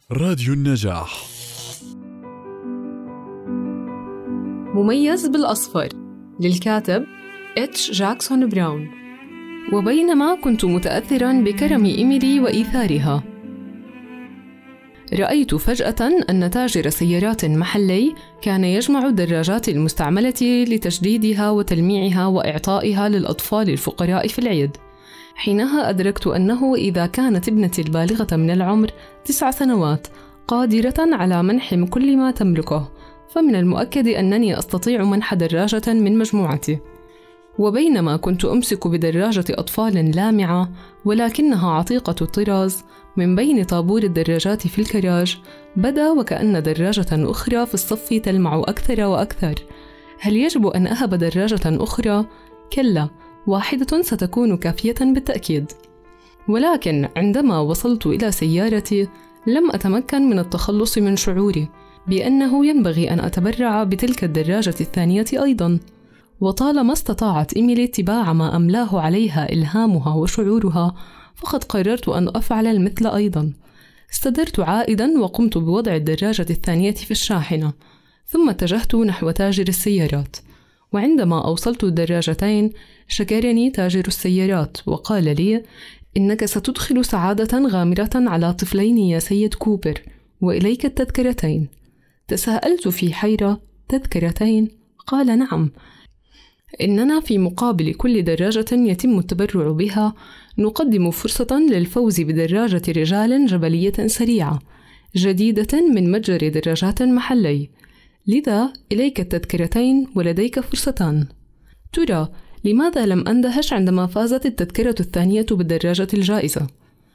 راديو النجاح. مميز بالأصفر للكاتب إتش جاكسون براون. وبينما كنت متأثراً بكرم إيميلي وإيثارها، رأيت فجأة أن تاجر سيارات محلي كان يجمع الدراجات المستعملة لتجديدها وتلميعها وإعطائها للأطفال الفقراء في العيد. حينها أدركت أنه إذا كانت ابنتي البالغة من العمر 9 سنوات قادرة على منح كل ما تملكه، فمن المؤكد أنني أستطيع منح دراجة من مجموعتي. وبينما كنت أمسك بدراجة أطفال لامعة ولكنها عتيقة الطراز من بين طابور الدراجات في الكراج، بدا وكأن دراجة أخرى في الصف تلمع أكثر وأكثر. هل يجب أن أهب دراجة أخرى؟ كلا، واحدة ستكون كافية بالتأكيد. ولكن عندما وصلت إلى سيارتي لم أتمكن من التخلص من شعوري بأنه ينبغي أن أتبرع بتلك الدراجة الثانية أيضاً. وطالما استطاعت إيميلي اتباع ما أملاه عليها إلهامها وشعورها، فقد قررت أن أفعل المثل أيضاً. استدرت عائداً وقمت بوضع الدراجة الثانية في الشاحنة، ثم اتجهت نحو تاجر السيارات. وعندما أوصلت الدراجتين شكرني تاجر السيارات وقال لي: إنك ستدخل سعادة غامرة على طفلين يا سيد كوبر، وإليك التذكرتين. تساءلت في حيرة: تذكرتين؟ قال: نعم، إننا في مقابل كل دراجة يتم التبرع بها نقدم فرصة للفوز بدراجة رجال جبلية سريعة جديدة من متجر دراجات محلي. لذا إليك التذكرتين ولديك فرصتان. ترى لماذا لم أندهش عندما فازت التذكرة الثانية بالدراجة الجائزة؟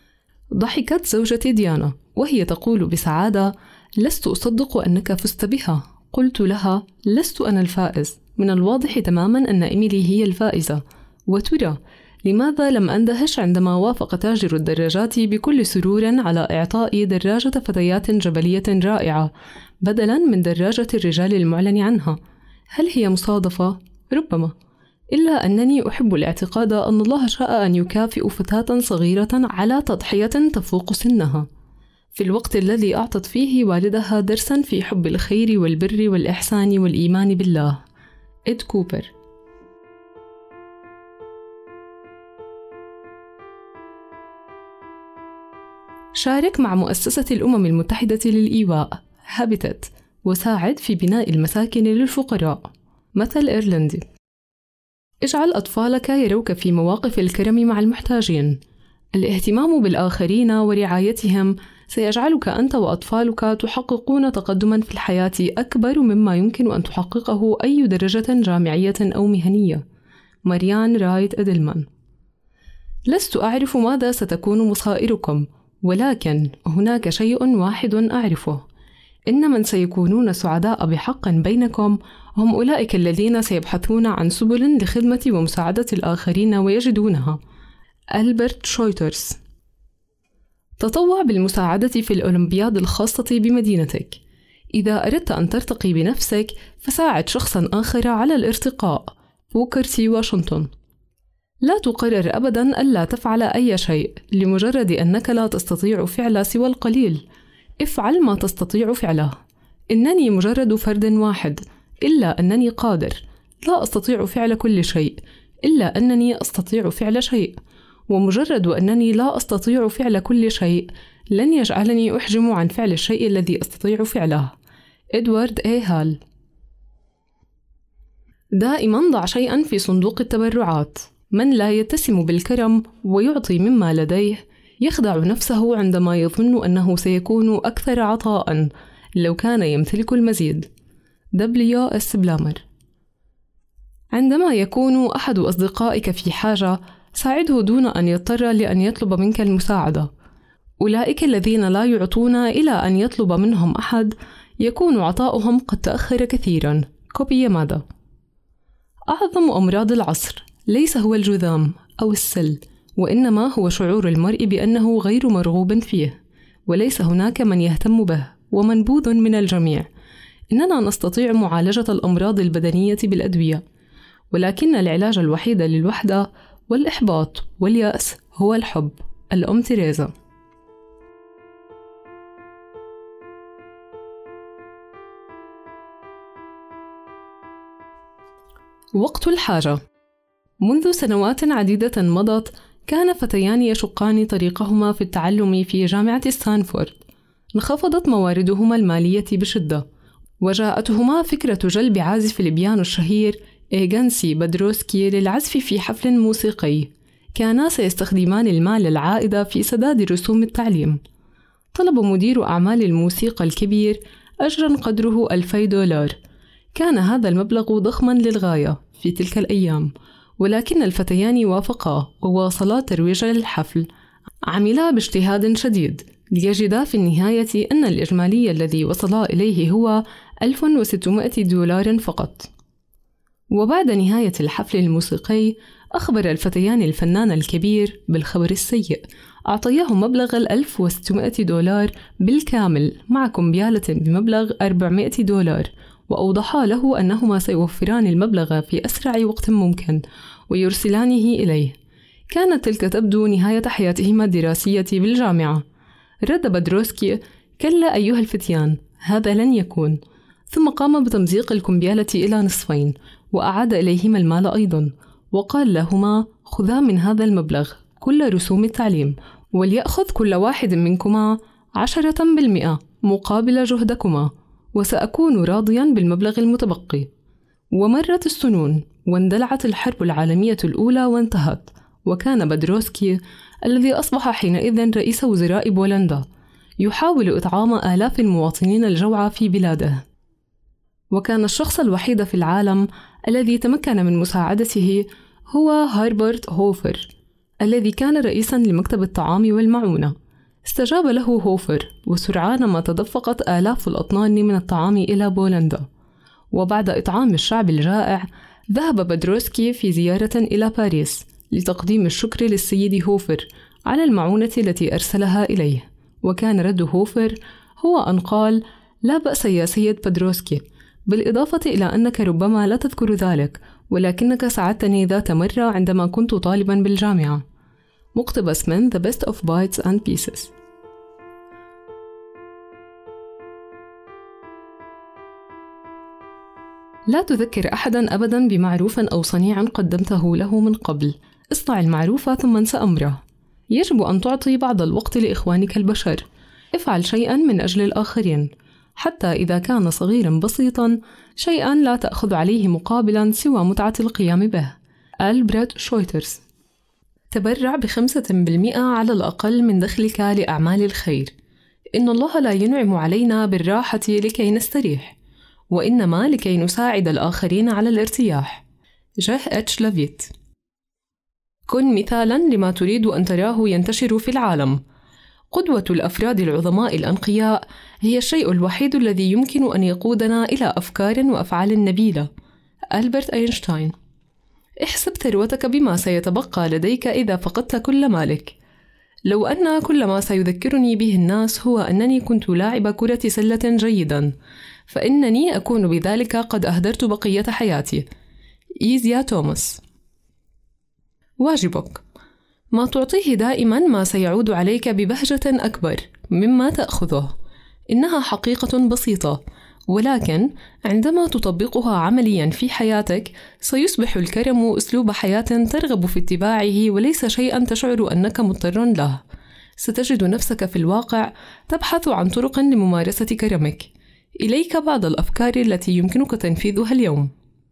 ضحكت زوجتي ديانا وهي تقول بسعادة: لست أصدق أنك فزت بها. قلت لها: لست أنا الفائز، من الواضح تماماً أن إيميلي هي الفائزة. وترى لماذا لم أندهش عندما وافق تاجر الدراجات بكل سرور على إعطائي دراجة فتيات جبلية رائعة بدلاً من دراجة الرجال المعلن عنها؟ هل هي مصادفة؟ ربما. إلا أنني أحب الاعتقاد أن الله شاء أن يكافئ فتاة صغيرة على تضحية تفوق سنها، في الوقت الذي أعطت فيه والدها درساً في حب الخير والبر والإحسان والإيمان بالله. إد كوبر. شارك مع مؤسسة الأمم المتحدة للإيواء هابيتات وساعد في بناء المساكن للفقراء. مثل إيرلندي: اجعل أطفالك يروك في مواقف الكرم مع المحتاجين. الاهتمام بالآخرين ورعايتهم سيجعلك أنت وأطفالك تحققون تقدماً في الحياة أكبر مما يمكن أن تحققه أي درجة جامعية أو مهنية. ماريان رايت إدلمان. لست أعرف ماذا ستكون مصائركم، ولكن هناك شيء واحد أعرفه: إن من سيكونون سعداء بحق بينكم هم أولئك الذين سيبحثون عن سبل لخدمة ومساعدة الآخرين ويجدونها. ألبرت شويترز. تطوع بالمساعدة في الأولمبياد الخاصة بمدينتك. إذا أردت أن ترتقي بنفسك فساعد شخصاً آخر على الارتقاء. بوكر تي واشنطن. لا تقرر أبداً ألا تفعل أي شيء لمجرد أنك لا تستطيع فعل سوى القليل. افعل ما تستطيع فعله. إنني مجرد فرد واحد، إلا أنني قادر. لا أستطيع فعل كل شيء، إلا أنني أستطيع فعل شيء. ومجرد أنني لا أستطيع فعل كل شيء لن يجعلني أحجم عن فعل الشيء الذي أستطيع فعله. إدوارد إيه هال. دائما ضع شيئا في صندوق التبرعات. من لا يتسم بالكرم ويعطي مما لديه يخدع نفسه عندما يظن أنه سيكون أكثر عطاء لو كان يمتلك المزيد. دبليو إس بلامر. عندما يكون أحد أصدقائك في حاجة ساعده دون أن يضطر لأن يطلب منك المساعدة. أولئك الذين لا يعطون إلى أن يطلب منهم أحد يكون عطاؤهم قد تأخر كثيرا. كوبي يامادا. أعظم أمراض العصر ليس هو الجذام أو السل، وإنما هو شعور المرء بأنه غير مرغوب فيه، وليس هناك من يهتم به ومنبوذ من الجميع. إننا نستطيع معالجة الأمراض البدنية بالأدوية، ولكن العلاج الوحيد للوحدة والإحباط واليأس هو الحب. الأم تيريزا. وقت الحاجة. منذ سنوات عديدة مضت، كان فتيان يشقان طريقهما في التعلم في جامعة ستانفورد. انخفضت مواردهما المالية بشدة، وجاءتهما فكرة جلب عازف البيانو الشهير إيغانسي بادروسكي للعزف في حفل موسيقي. كانا سيستخدمان المال العائد في سداد رسوم التعليم. طلب مدير أعمال الموسيقى الكبير أجراً قدره $2000. كان هذا المبلغ ضخماً للغاية في تلك الأيام، ولكن الفتيان وافقا وواصلا ترويج للحفل. عملا باجتهاد شديد ليجدا في النهاية أن الإجمالي الذي وصلا إليه هو $1600 فقط. وبعد نهاية الحفل الموسيقي، أخبر الفتيان الفنان الكبير بالخبر السيء. أعطياه مبلغ $1600 بالكامل مع كمبيالة بمبلغ $400، وأوضحا له أنهما سيوفران المبلغ في أسرع وقت ممكن ويرسلانه إليه. كانت تلك تبدو نهاية حياتهما الدراسية بالجامعة. رد بادروسكي: كلا أيها الفتيان، هذا لن يكون. ثم قام بتمزيق الكمبيالة إلى نصفين، وأعاد إليهما المال أيضا، وقال لهما: خذا من هذا المبلغ كل رسوم التعليم، وليأخذ كل واحد منكما 10% مقابل جهدكما، وسأكون راضيا بالمبلغ المتبقي. ومرت السنون، واندلعت الحرب العالمية الأولى وانتهت، وكان بادروسكي الذي أصبح حينئذ رئيس وزراء بولندا يحاول إطعام آلاف المواطنين الجوع في بلاده. وكان الشخص الوحيد في العالم الذي تمكن من مساعدته هو هربرت هوفر، الذي كان رئيساً لمكتب الطعام والمعونة. استجاب له هوفر، وسرعان ما تدفقت آلاف الأطنان من الطعام إلى بولندا. وبعد إطعام الشعب الجائع، ذهب بادروسكي في زيارة إلى باريس لتقديم الشكر للسيد هوفر على المعونة التي أرسلها إليه. وكان رد هوفر هو أن قال: لا بأس يا سيد بادروسكي، بالإضافة إلى أنك ربما لا تذكر ذلك، ولكنك ساعدتني ذات مرة عندما كنت طالباً بالجامعة. مقتبس من The Best of Bits and Pieces. لا تذكر أحداً أبداً بمعروف أو صنيع قدمته له من قبل. اصنع المعروف ثم انسى أمره. يجب أن تعطي بعض الوقت لإخوانك البشر. افعل شيئاً من أجل الآخرين، حتى إذا كان صغيراً بسيطاً، شيئاً لا تأخذ عليه مقابلاً سوى متعة القيام به. ألبرت شويترز. تبرع ب5% على الأقل من دخلك لأعمال الخير. إن الله لا ينعم علينا بالراحة لكي نستريح، وإنما لكي نساعد الآخرين على الارتياح. جه اتش لافيت. كن مثالاً لما تريد أن تراه ينتشر في العالم. قدوة الأفراد العظماء الأنقياء هي الشيء الوحيد الذي يمكن أن يقودنا إلى أفكار وأفعال نبيلة. ألبرت أينشتاين. احسب ثروتك بما سيتبقى لديك إذا فقدت كل مالك. لو أن كل ما سيذكرني به الناس هو أنني كنت لاعب كرة سلة جيداً، فإنني أكون بذلك قد أهدرت بقية حياتي. إيزيا توماس. واجبك: ما تعطيه دائماً ما سيعود عليك ببهجة أكبر مما تأخذه. إنها حقيقة بسيطة، ولكن عندما تطبقها عملياً في حياتك سيصبح الكرم أسلوب حياة ترغب في اتباعه وليس شيئاً تشعر أنك مضطر له. ستجد نفسك في الواقع تبحث عن طرق لممارسة كرمك. إليك بعض الأفكار التي يمكنك تنفيذها اليوم.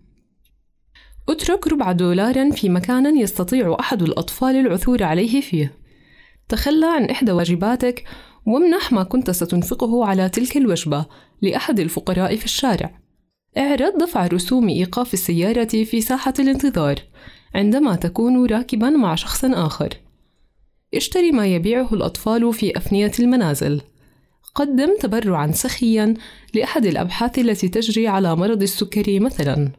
اترك $4 في مكان يستطيع أحد الأطفال العثور عليه فيه. تخلى عن إحدى واجباتك وامنح ما كنت ستنفقه على تلك الوجبة لأحد الفقراء في الشارع. اعرض دفع رسوم إيقاف السيارة في ساحة الانتظار عندما تكون راكباً مع شخص آخر. اشتري ما يبيعه الأطفال في أفنية المنازل. قدم تبرعاً سخياً لأحد الأبحاث التي تجري على مرض السكري مثلاً.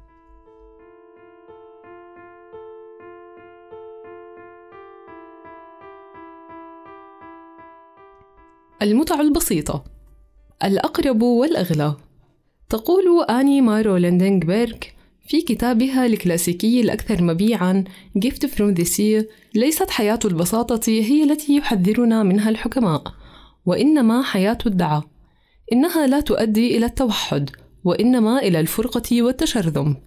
المتع البسيطة. الأقرب والأغلى. تقول آني مارو ليندنبرغ في كتابها الكلاسيكي الأكثر مبيعاً Gift from the Sea: ليست حياة البساطة هي التي يحذرنا منها الحكماء، وإنما حياة الدعاء. إنها لا تؤدي إلى التوحد، وإنما إلى الفرقة والتشرذم.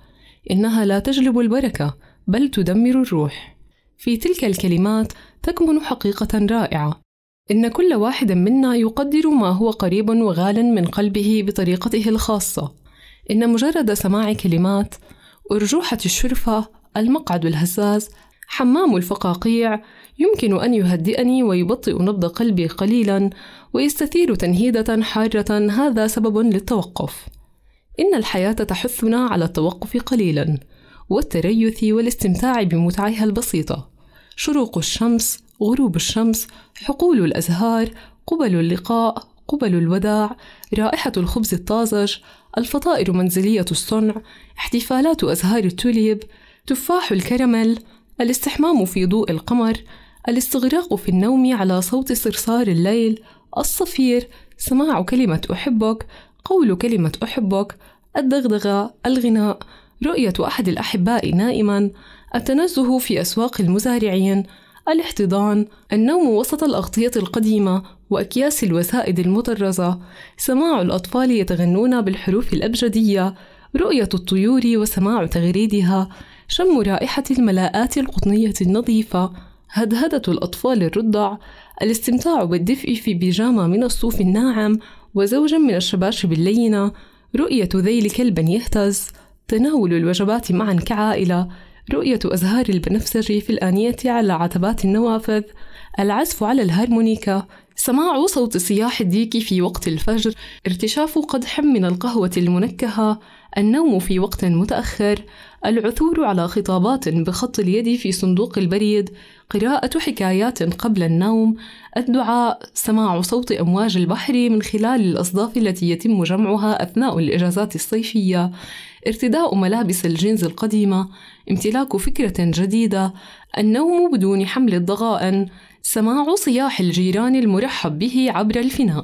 إنها لا تجلب البركة بل تدمر الروح. في تلك الكلمات تكمن حقيقة رائعة، إن كل واحد منا يقدر ما هو قريب وغال من قلبه بطريقته الخاصة. إن مجرد سماع كلمات أرجوحة الشرفة، المقعد الهزاز، حمام الفقاقيع يمكن أن يهدئني ويبطئ نبض قلبي قليلاً ويستثير تنهيدة حارة. هذا سبب للتوقف. إن الحياة تحثنا على التوقف قليلاً والتريث والاستمتاع بمتعها البسيطة: شروق الشمس، غروب الشمس، حقول الأزهار، قبل اللقاء، قبل الوداع، رائحة الخبز الطازج، الفطائر منزلية الصنع، احتفالات أزهار التوليب، تفاح الكراميل، الاستحمام في ضوء القمر، الاستغراق في النوم على صوت صرصار الليل، الصفير، سماع كلمة أحبك، قول كلمة أحبك، الدغدغة، الغناء، رؤية أحد الأحباء نائماً، التنزه في أسواق المزارعين، الاحتضان، النوم وسط الأغطية القديمة وأكياس الوسائد المطرزة، سماع الأطفال يتغنون بالحروف الأبجدية، رؤية الطيور وسماع تغريدها، شم رائحة الملاءات القطنية النظيفة، هدهدة الأطفال الرضع، الاستمتاع بالدفء في بيجامة من الصوف الناعم وزوج من الشباشب اللينة، رؤية ذيل كلب يهتز، تناول الوجبات معا كعائلة، رؤية أزهار البنفسجي في الآنية على عتبات النوافذ، العزف على الهارمونيكا، سماع صوت صياح الديك في وقت الفجر، ارتشاف قدح من القهوة المنكهة، النوم في وقت متأخر، العثور على خطابات بخط اليد في صندوق البريد، قراءة حكايات قبل النوم، الدعاء، سماع صوت أمواج البحر من خلال الأصداف التي يتم جمعها أثناء الإجازات الصيفية، ارتداء ملابس الجينز القديمة، امتلاك فكرة جديدة، النوم بدون حمل الضغائن، سماع صياح الجيران المرحب به عبر الفناء.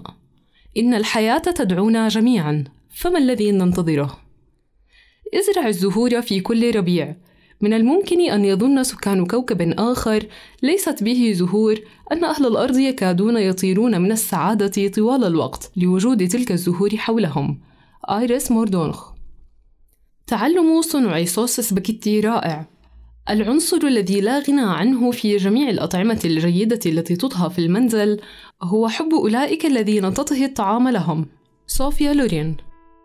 إن الحياة تدعونا جميعاً، فما الذي ننتظره؟ ازرع الزهور في كل ربيع. من الممكن أن يظن سكان كوكب آخر ليست به زهور أن أهل الأرض يكادون يطيرون من السعادة طوال الوقت لوجود تلك الزهور حولهم. آيريس موردونخ. تعلم صنع صوص سباكيتي رائع. العنصر الذي لا غنى عنه في جميع الأطعمة الجيدة التي تطهى في المنزل هو حب أولئك الذين تطهي الطعام لهم. صوفيا لورين.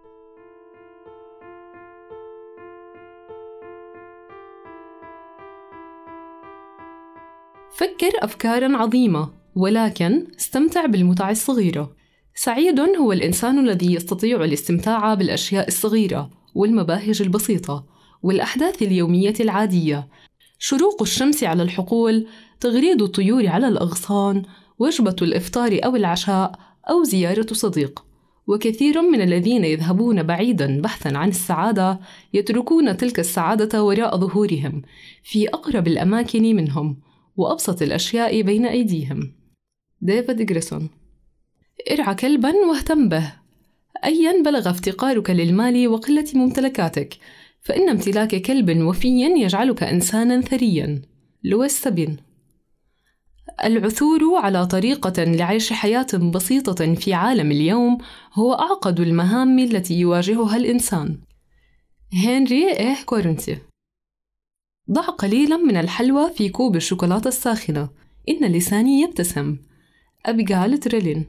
فكر أفكاراً عظيمة، ولكن استمتع بالمتع الصغيرة. سعيد هو الإنسان الذي يستطيع الاستمتاع بالأشياء الصغيرة والمباهج البسيطة والأحداث اليومية العادية: شروق الشمس على الحقول، تغريد الطيور على الأغصان، وجبة الإفطار أو العشاء، أو زيارة صديق. وكثير من الذين يذهبون بعيداً بحثاً عن السعادة يتركون تلك السعادة وراء ظهورهم في أقرب الأماكن منهم وأبسط الأشياء بين أيديهم. ديفيد غريسون. ارعى كلباً واهتم به. أياً بلغ افتقارك للمال وقلة ممتلكاتك، فإن امتلاك كلب وفي يجعلك إنساناً ثرياً. لويس سابين. العثور على طريقة لعيش حياة بسيطة في عالم اليوم هو أعقد المهام التي يواجهها الإنسان. هنري كورنتي. ضع قليلاً من الحلوى في كوب الشوكولاتة الساخنة، إن لساني يبتسم. أبيغال تريلين.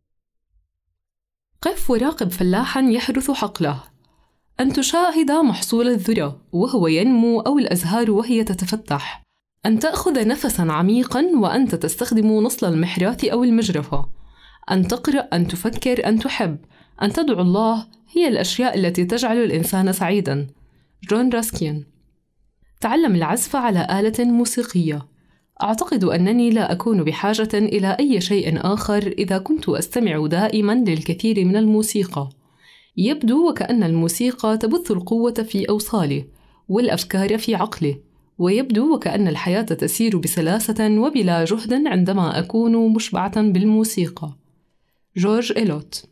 قف وراقب فلاحاً يحرث حقله. أن تشاهد محصول الذرة وهو ينمو أو الأزهار وهي تتفتح. أن تأخذ نفساً عميقاً وأنت تستخدم نصل المحراث أو المجرفة. أن تقرأ، أن تفكر، أن تحب، أن تدعو الله، هي الأشياء التي تجعل الإنسان سعيداً. جون راسكين. تعلم العزف على آلة موسيقية. أعتقد أنني لا أكون بحاجة إلى أي شيء آخر إذا كنت أستمع دائماً للكثير من الموسيقى. يبدو وكأن الموسيقى تبث القوة في أوصالي والأفكار في عقلي، ويبدو وكأن الحياة تسير بسلاسة وبلا جهد عندما أكون مشبعة بالموسيقى. جورج إلوت.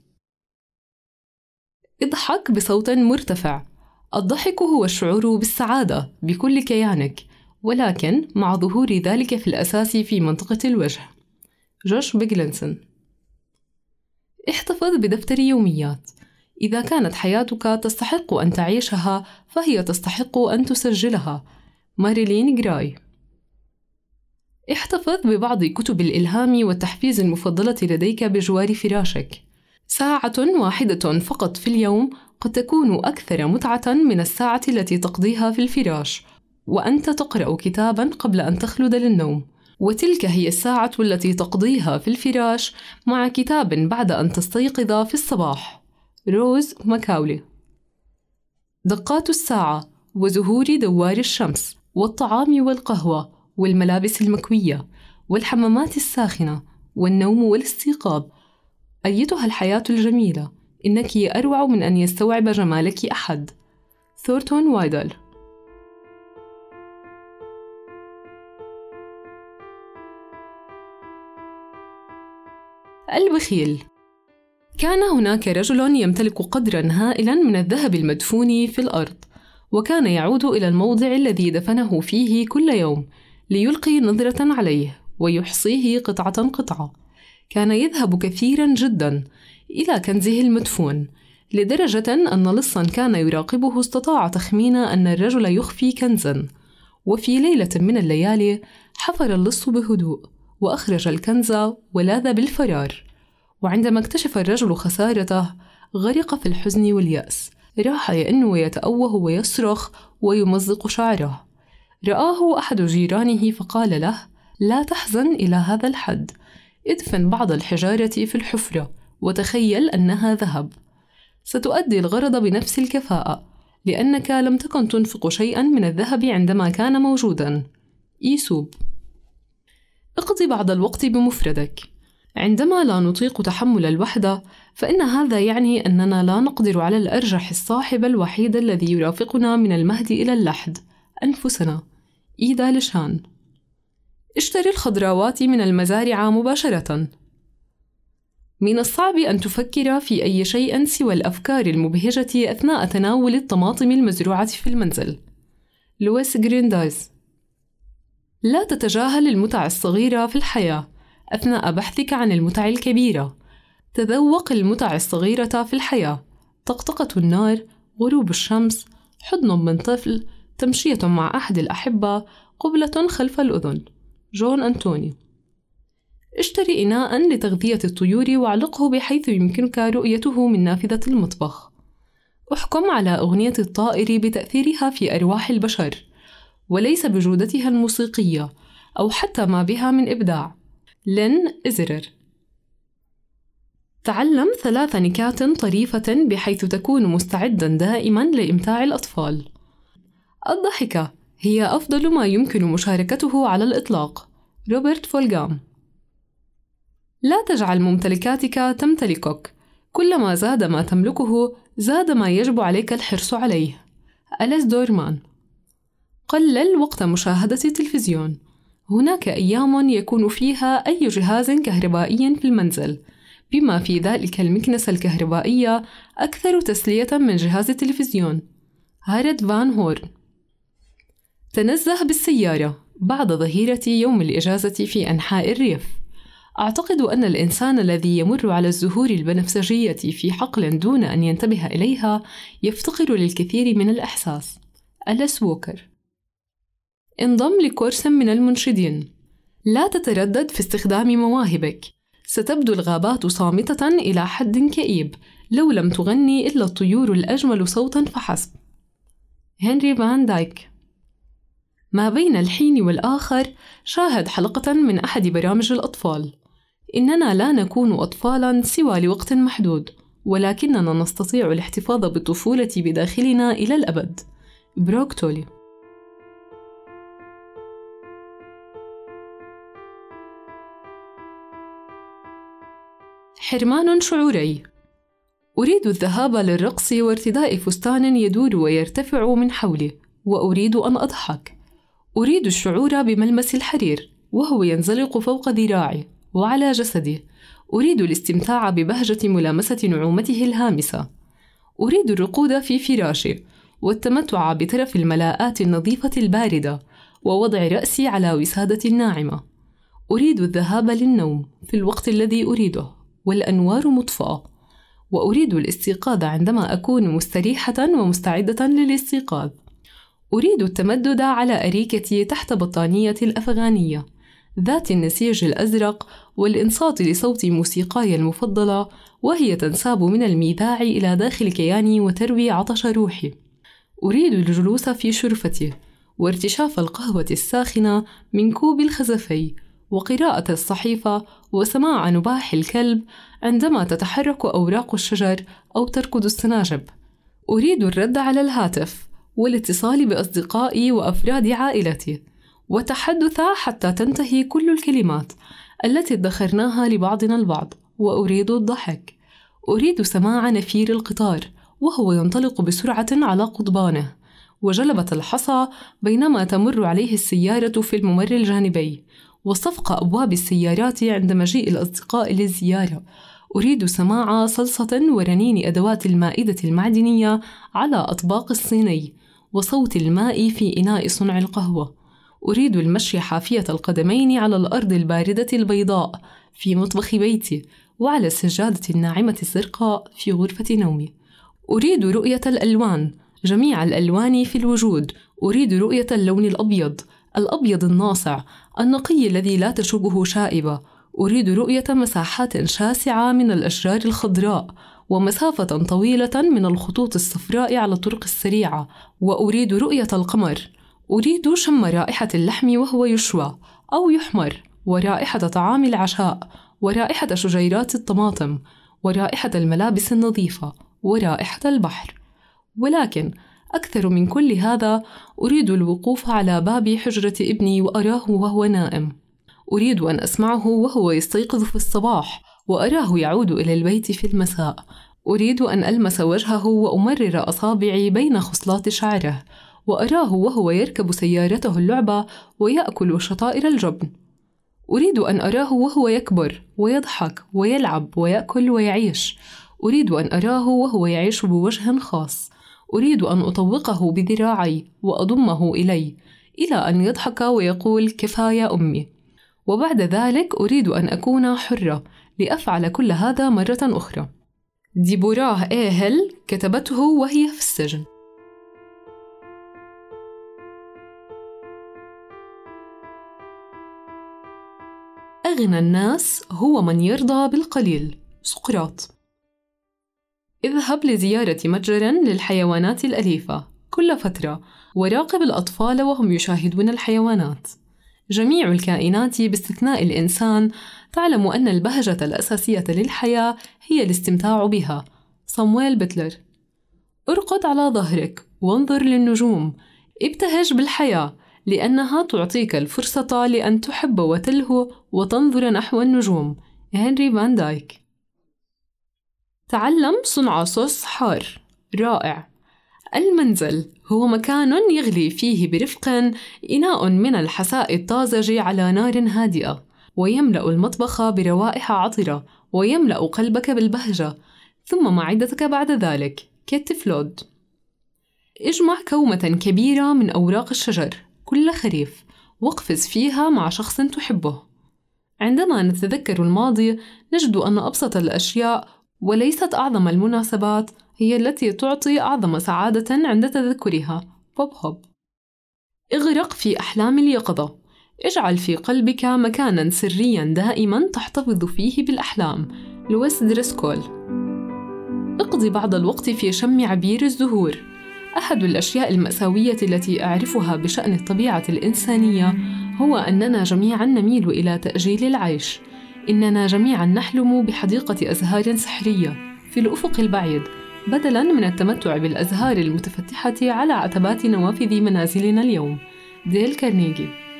اضحك بصوت مرتفع. الضحك هو الشعور بالسعادة بكل كيانك، ولكن مع ظهور ذلك في الأساس في منطقة الوجه. جوش بيغلنسون. احتفظ بدفتر يوميات. إذا كانت حياتك تستحق أن تعيشها فهي تستحق أن تسجلها. ماريلين جراي. احتفظ ببعض كتب الإلهام والتحفيز المفضلة لديك بجوار فراشك. ساعة واحدة فقط في اليوم قد تكون أكثر متعة من الساعة التي تقضيها في الفراش وأنت تقرأ كتاباً قبل أن تخلد للنوم، وتلك هي الساعة التي تقضيها في الفراش مع كتاب بعد أن تستيقظ في الصباح. روز ماكاولي. دقات الساعة وزهور دوار الشمس والطعام والقهوة والملابس المكوية والحمامات الساخنة والنوم والاستيقاظ. أيتها الحياة الجميلة، إنك أروع من أن يستوعب جمالك أحد. ثورنتون وايدل. البخيل. كان هناك رجل يمتلك قدراً هائلاً من الذهب المدفون في الأرض، وكان يعود إلى الموضع الذي دفنه فيه كل يوم ليلقي نظرة عليه ويحصيه قطعة قطعة. كان يذهب كثيراً جداً إلى كنزه المدفون، لدرجة أن لصاً كان يراقبه استطاع تخمين أن الرجل يخفي كنزاً. وفي ليلة من الليالي حفر اللص بهدوء وأخرج الكنز ولاذ بالفرار. وعندما اكتشف الرجل خسارته غرق في الحزن واليأس، راح يئن ويتأوه ويصرخ ويمزق شعره. رآه أحد جيرانه فقال له: لا تحزن إلى هذا الحد، ادفن بعض الحجارة في الحفرة وتخيل أنها ذهب، ستؤدي الغرض بنفس الكفاءة لأنك لم تكن تنفق شيئا من الذهب عندما كان موجودا. إيسوب. اقضي بعض الوقت بمفردك. عندما لا نطيق تحمل الوحدة فإن هذا يعني أننا لا نقدر على الأرجح الصاحب الوحيد الذي يرافقنا من المهد إلى اللحد، أنفسنا. إيدا لشان. اشتري الخضروات من المزارع مباشرة. من الصعب أن تفكر في أي شيء سوى الأفكار المبهجة أثناء تناول الطماطم المزروعة في المنزل. لويس جريندايز. لا تتجاهل المتع الصغيرة في الحياة أثناء بحثك عن المتع الكبيرة. تذوق المتع الصغيرة في الحياة: طقطقة النار، غروب الشمس، حضن من طفل، تمشية مع أحد الأحبة، قبلة خلف الأذن. جون أنتوني. اشتري إناءً لتغذية الطيور واعلقه بحيث يمكنك رؤيته من نافذة المطبخ. احكم على أغنية الطائر بتأثيرها في أرواح البشر وليس بجودتها الموسيقية أو حتى ما بها من إبداع. لين إزرر. تعلم 3 نكات طريفة بحيث تكون مستعداً دائماً لإمتاع الأطفال. الضحكة هي أفضل ما يمكن مشاركته على الإطلاق. روبرت فولغام. لا تجعل ممتلكاتك تمتلكك، كلما زاد ما تملكه زاد ما يجب عليك الحرص عليه. أليس دورمان. قلل وقت مشاهدة التلفزيون. هناك أيام يكون فيها أي جهاز كهربائي في المنزل، بما في ذلك المكنسة الكهربائية، أكثر تسلية من جهاز التلفزيون. هارد فان هورن. تنزه بالسيارة بعد ظهيرة يوم الإجازة في أنحاء الريف. أعتقد أن الإنسان الذي يمر على الزهور البنفسجية في حقل دون أن ينتبه إليها يفتقر للكثير من الإحساس. أليس ووكر. انضم لكورس من المنشدين. لا تتردد في استخدام مواهبك. ستبدو الغابات صامتة إلى حد كئيب لو لم تغني إلا الطيور الأجمل صوتاً فحسب. هنري فان دايك. ما بين الحين والآخر شاهد حلقة من أحد برامج الأطفال. إننا لا نكون أطفالاً سوى لوقت محدود، ولكننا نستطيع الاحتفاظ بالطفولة بداخلنا إلى الأبد. بروك تولي. حرمان شعوري. أريد الذهاب للرقص وارتداء فستان يدور ويرتفع من حولي، وأريد أن أضحك. أريد الشعور بملمس الحرير وهو ينزلق فوق ذراعي وعلى جسدي. أريد الاستمتاع ببهجة ملامسة نعومته الهامسة. أريد الرقود في فراشي والتمتع بترف الملاءات النظيفة الباردة ووضع رأسي على وسادة ناعمة. أريد الذهاب للنوم في الوقت الذي أريده والأنوار مطفأة، وأريد الاستيقاظ عندما أكون مستريحة ومستعدة للاستيقاظ. أريد التمدد على أريكتي تحت بطانيتي الأفغانية ذات النسيج الأزرق والإنصات لصوت موسيقاي المفضلة وهي تنساب من الميذاع إلى داخل كياني وتروي عطش روحي. أريد الجلوس في شرفتي وارتشاف القهوة الساخنة من كوب الخزفي وقراءة الصحيفة وسماع نباح الكلب عندما تتحرك أوراق الشجر أو تركض السناجب. أريد الرد على الهاتف والاتصال بأصدقائي وأفراد عائلتي وتحدث حتى تنتهي كل الكلمات التي ادخرناها لبعضنا البعض. وأريد الضحك. أريد سماع نفير القطار وهو ينطلق بسرعة على قضبانه وجلبة الحصى بينما تمر عليه السيارة في الممر الجانبي وصفق أبواب السيارات عند مجيء الأصدقاء للزيارة. أريد سماع صلصة ورنين أدوات المائدة المعدنية على أطباق الصيني وصوت الماء في إناء صنع القهوة. أريد المشي حافية القدمين على الأرض الباردة البيضاء في مطبخ بيتي وعلى السجادة الناعمة الزرقاء في غرفة نومي. أريد رؤية الألوان، جميع الألوان في الوجود. أريد رؤية اللون الأبيض، الأبيض الناصع النقي الذي لا تشوبه شائبة. أريد رؤية مساحات شاسعة من الأشجار الخضراء ومسافة طويلة من الخطوط الصفراء على الطرق السريعة. وأريد رؤية القمر. أريد شم رائحة اللحم وهو يشوى أو يحمر ورائحة طعام العشاء ورائحة شجيرات الطماطم ورائحة الملابس النظيفة ورائحة البحر. ولكن أكثر من كل هذا أريد الوقوف على باب حجرة ابني وأراه وهو نائم. أريد أن أسمعه وهو يستيقظ في الصباح وأراه يعود إلى البيت في المساء. أريد أن ألمس وجهه وأمرر أصابعي بين خصلات شعره وأراه وهو يركب سيارته اللعبة ويأكل شطائر الجبن. أريد أن أراه وهو يكبر ويضحك ويلعب ويأكل ويعيش. أريد أن أراه وهو يعيش بوجه خاص. أريد أن أطوقه بذراعي وأضمه إلي إلى أن يضحك ويقول كفاية أمي. وبعد ذلك أريد أن أكون حرة لأفعل كل هذا مرة أخرى. ديبوراه إيهل كتبته وهي في السجن. أغنى الناس هو من يرضى بالقليل. سقراط. اذهب لزيارة متجر للحيوانات الأليفة كل فترة وراقب الأطفال وهم يشاهدون الحيوانات. جميع الكائنات باستثناء الإنسان تعلم أن البهجة الأساسية للحياة هي الاستمتاع بها. صامويل بيتلر. ارقد على ظهرك وانظر للنجوم. ابتهج بالحياة لأنها تعطيك الفرصة لأن تحب وتلهو وتنظر نحو النجوم. هنري فان دايك. تعلم صنع صوص حار رائع. المنزل هو مكان يغلي فيه برفق إناء من الحساء الطازج على نار هادئة ويملأ المطبخ بروائح عطرة ويملأ قلبك بالبهجة ثم معدتك بعد ذلك. كيت فلود. اجمع كومة كبيرة من أوراق الشجر كل خريف واقفز فيها مع شخص تحبه. عندما نتذكر الماضي نجد أن أبسط الأشياء وليست أعظم المناسبات هي التي تعطي أعظم سعادة عند تذكرها. بوب هوب. اغرق في أحلام اليقظة. اجعل في قلبك مكاناً سرياً دائماً تحتفظ فيه بالأحلام. لويس دريسكول. اقضي بعض الوقت في شم عبير الزهور. أحد الأشياء المأساوية التي أعرفها بشأن الطبيعة الإنسانية هو أننا جميعاً نميل إلى تأجيل العيش. إننا جميعاً نحلم بحديقة أزهار سحرية في الأفق البعيد بدلاً من التمتع بالأزهار المتفتحة على عتبات نوافذ منازلنا اليوم. ديل كارنيغي.